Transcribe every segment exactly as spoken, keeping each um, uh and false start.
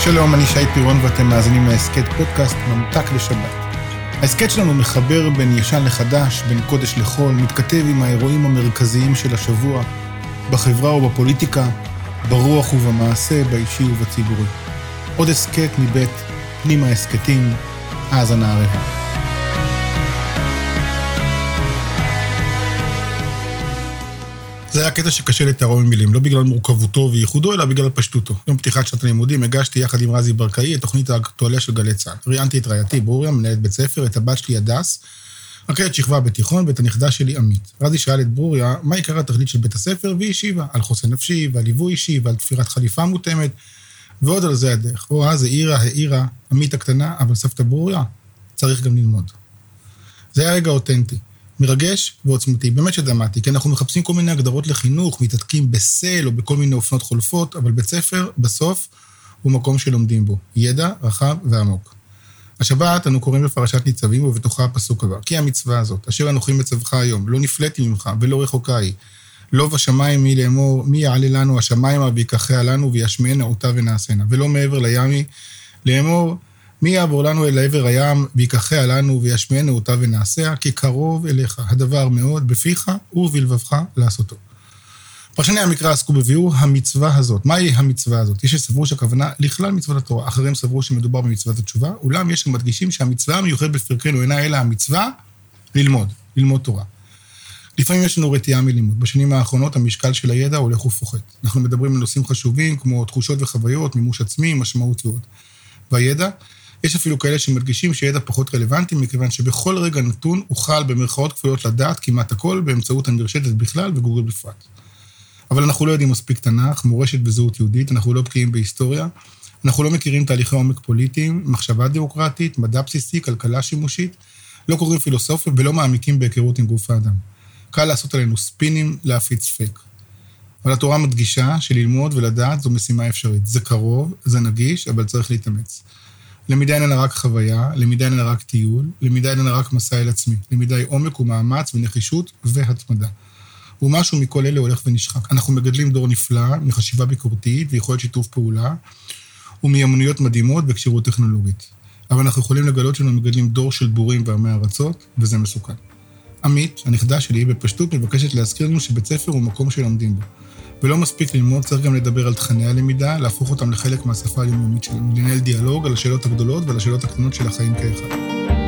שלום, אני שי פירון ואתם מאזינים להסקט פודקאסט ממתק לשבת. ההסקט שלנו מחבר בין ישן לחדש, בין קודש לחול, מתכתב עם האירועים המרכזיים של השבוע, בחברה ובפוליטיקה, ברוח ובמעשה, באישי ובציבורי. עוד הסקט מבית פנימה הסקטים, האזנה הרבה. זה היה קטע שקשה לתארו במילים, לא בגלל מורכבותו וייחודו, אלא בגלל פשטותו. יום פתיחת שנת הלימודים הגשתי יחד עם רזי ברקאי את תוכנית האקטואליה של גלי צה"ל. ראיינתי את רעייתי ברוריה, מנהלת בית ספר, את הבת שלי הדס, רכזת שכבה בתיכון ואת הנכדה שלי עמית. רזי שאל את ברוריה מה עיקר התכלית של בית הספר, והיא השיבה על חוסן נפשי ועל ליווי אישי ועל תפירת חליפה מותאמת, ועוד על זה הדרך. או אז העירה, העירה, עמית הקטנה, אבל סבתא ברוריה, צריך גם ללמוד. זה היה רגע אותנטי. מרגש ועוצמתי, באמת שדמעתי, כי אנחנו מחפשים כל מיני הגדרות לחינוך, מתעתקים בסל או בכל מיני אופנות חולפות, אבל בית ספר, בסוף, הוא מקום שלומדים בו, ידע רחב ועמוק. השבת אנו קוראים בפרשת ניצבים ובתוכה הפסוק הבא, כי המצווה הזאת, אשר אנוכי מצווך היום, לא נפלאתי ממך ולא רחוקה היא, לא בשמיים מי לאמור, מי יעלה לנו השמיימה ויקחיה לנו וישמענה אותה ונעשנה, ולא מעבר לימי לאמור, מי יעבור לנו אל העבר הים, ויקחיה לנו וישמענו אותה ונעשיה, כי קרוב אליך, הדבר מאוד בפיך ובלבבך לעשותו. פרשני המקרא עסקו בביאור המצווה הזאת. מהי המצווה הזאת? יש שסברו שהכוונה לכלל מצוות התורה, אחריהם סברו שמדובר במצוות התשובה, אולם יש שמדגישים שהמצווה המיוחדת בפרקנו אינה אלא המצווה ללמוד, ללמוד תורה. לפעמים יש לנו רתיעה מלימוד. בשנים האחרונות המשקל של הידע הולך ופוחת. אנחנו מדברים על נושאים חשובים כמו תחושות וחוויות, מימוש עצמי, משמעות ועוד. והידע, יש אפילו כאלה שמדגישים שידע פחות רלוונטי, מכיוון שבכל רגע נתון אוכל במרכאות כפויות לדעת כמעט הכל באמצעות המרשתת בכלל וגוגל בפרט. אבל אנחנו לא יודעים מספיק תנ"ך, מורשת וזהות יהודית, אנחנו לא בקיאים בהיסטוריה, אנחנו לא מכירים תהליכי עומק פוליטיים, מחשבה דמוקרטית, מדע בסיסי, כלכלה שימושית, לא קוראים פילוסופיה ולא מעמיקים בהיכרות עם גוף האדם. קל לעשות עלינו ספינים, להפיץ פייק. אבל התורה מדגישה שללמוד ולדעת זו משימה אפשרית. זה קרוב, זה נגיש, אבל צריך להתאמץ. למידה איננה רק חוויה, למידה איננה רק טיול, למידה איננה רק מסע אל עצמי. למידה היא עומק ומאמץ ונחישות והתמדה. ומשהו מכל אלה הולך ונשחק. אנחנו מגדלים דור נפלא, מחשיבה ביקורתית ויכולת שיתוף פעולה, ומיומנויות מדהימות בקשירות טכנולוגית. אבל אנחנו יכולים לגלות שאנחנו מגדלים דור של בורים ועמי ארצות, וזה מסוכן. עמית, הנכדה שלי, בפשטות מבקשת להזכיר לנו שבית ספר הוא מקום שלומדים בו. ולא מספיק ללמוד, צריך גם לדבר על תכני הלמידה, להפוך אותם לחלק מהשפה היומיומית שלנו, לנהל דיאלוג על השאלות הגדולות ועל השאלות הקטנות של החיים כאחד.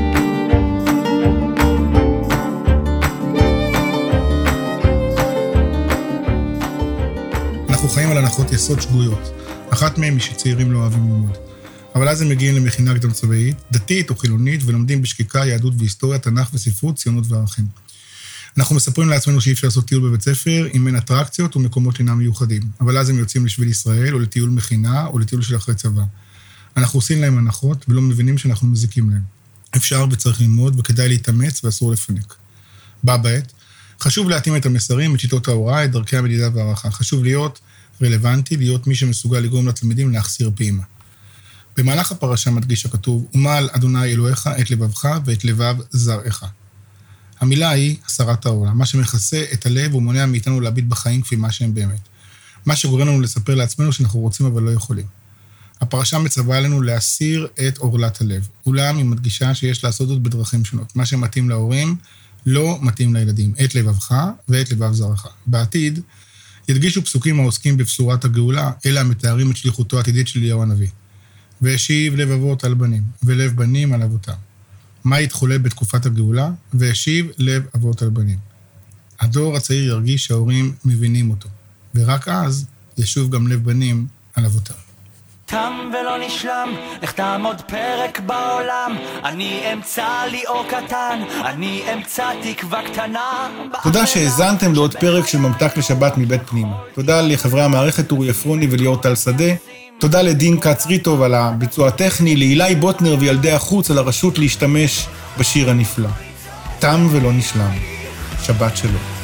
אנחנו חיים על הנחות יסוד שגויות. אחת מהן היא שצעירים לא אוהבים ללמוד. אבל אז הם מגיעים למכינה קדם צבאית, דתית או חילונית, ולומדים בשקיקה, יהדות והיסטוריה, תנ"ך וספרות, ציונות וערכים. אנחנו מספרים לעצמנו שאי אפשר לעשות טיול בבית ספר, עם מן אטרקציות ומקומות לינה מיוחדים. אבל אז הם יוצאים לשביל ישראל, או לטיול מכינה, או לטיול של אחרי צבא. אנחנו עושים להם הנחות, ולא מבינים שאנחנו מזיקים להם. אפשר וצריך ללמוד, וכדאי להתאמץ, ואסור לפנק. בה בעת, חשוב להתאים את המסרים, את שיטות ההוראה, את דרכי המדידה והערכה. חשוב להיות רלוונטי, להיות מי שמסוגל לגרום לתלמידים להחסיר פעימה. במהלך הפרשה מדגיש הכתוב, ומעל אדוני אלוהיך את לבבך ואת לבב זרעך. המילה היא הסרת העולם, מה שמכסה את הלב ומונע מאיתנו להביט בחיים כפי מה שהם באמת. מה שגורם לנו לספר לעצמנו שאנחנו רוצים אבל לא יכולים. הפרשה מצווה עלינו להסיר את עורלת הלב. אולם היא מדגישה שיש לעשות זאת בדרכים שונות. מה שמתאים להורים לא מתאים לילדים. את לבבך ואת לבב זרעך. בעתיד ידגישו פסוקים העוסקים בבשורת הגאולה, אלה המתארים את שליחותו העתידית של אליהו הנביא. והשיב לב אבות על בנים, ולב בנים על אבותם. מה יתחולל בתקופת הגאולה? והשיב לב אבות על בנים. הדור הצעיר ירגיש שההורים מבינים אותו, ורק אז ישוב גם לב בנים על אבותם. תם ולא נשלם, לך תעמוד פרק בעולם, אני אמצא לי אור קטן, אני אמצא תקווה קטנה. תודה שהזנתם לעוד פרק של ממתק לשבת מבית פנימה. תודה לחברי המערכת אורי אפרוני וליאור טל שדה. תודה לדין קצריטוב על הביצוע הטכני, לאילי בוטנר וילדי החוץ על הרשות להשתמש בשיר הנפלא. תם ולא נשלם. שבת שלום.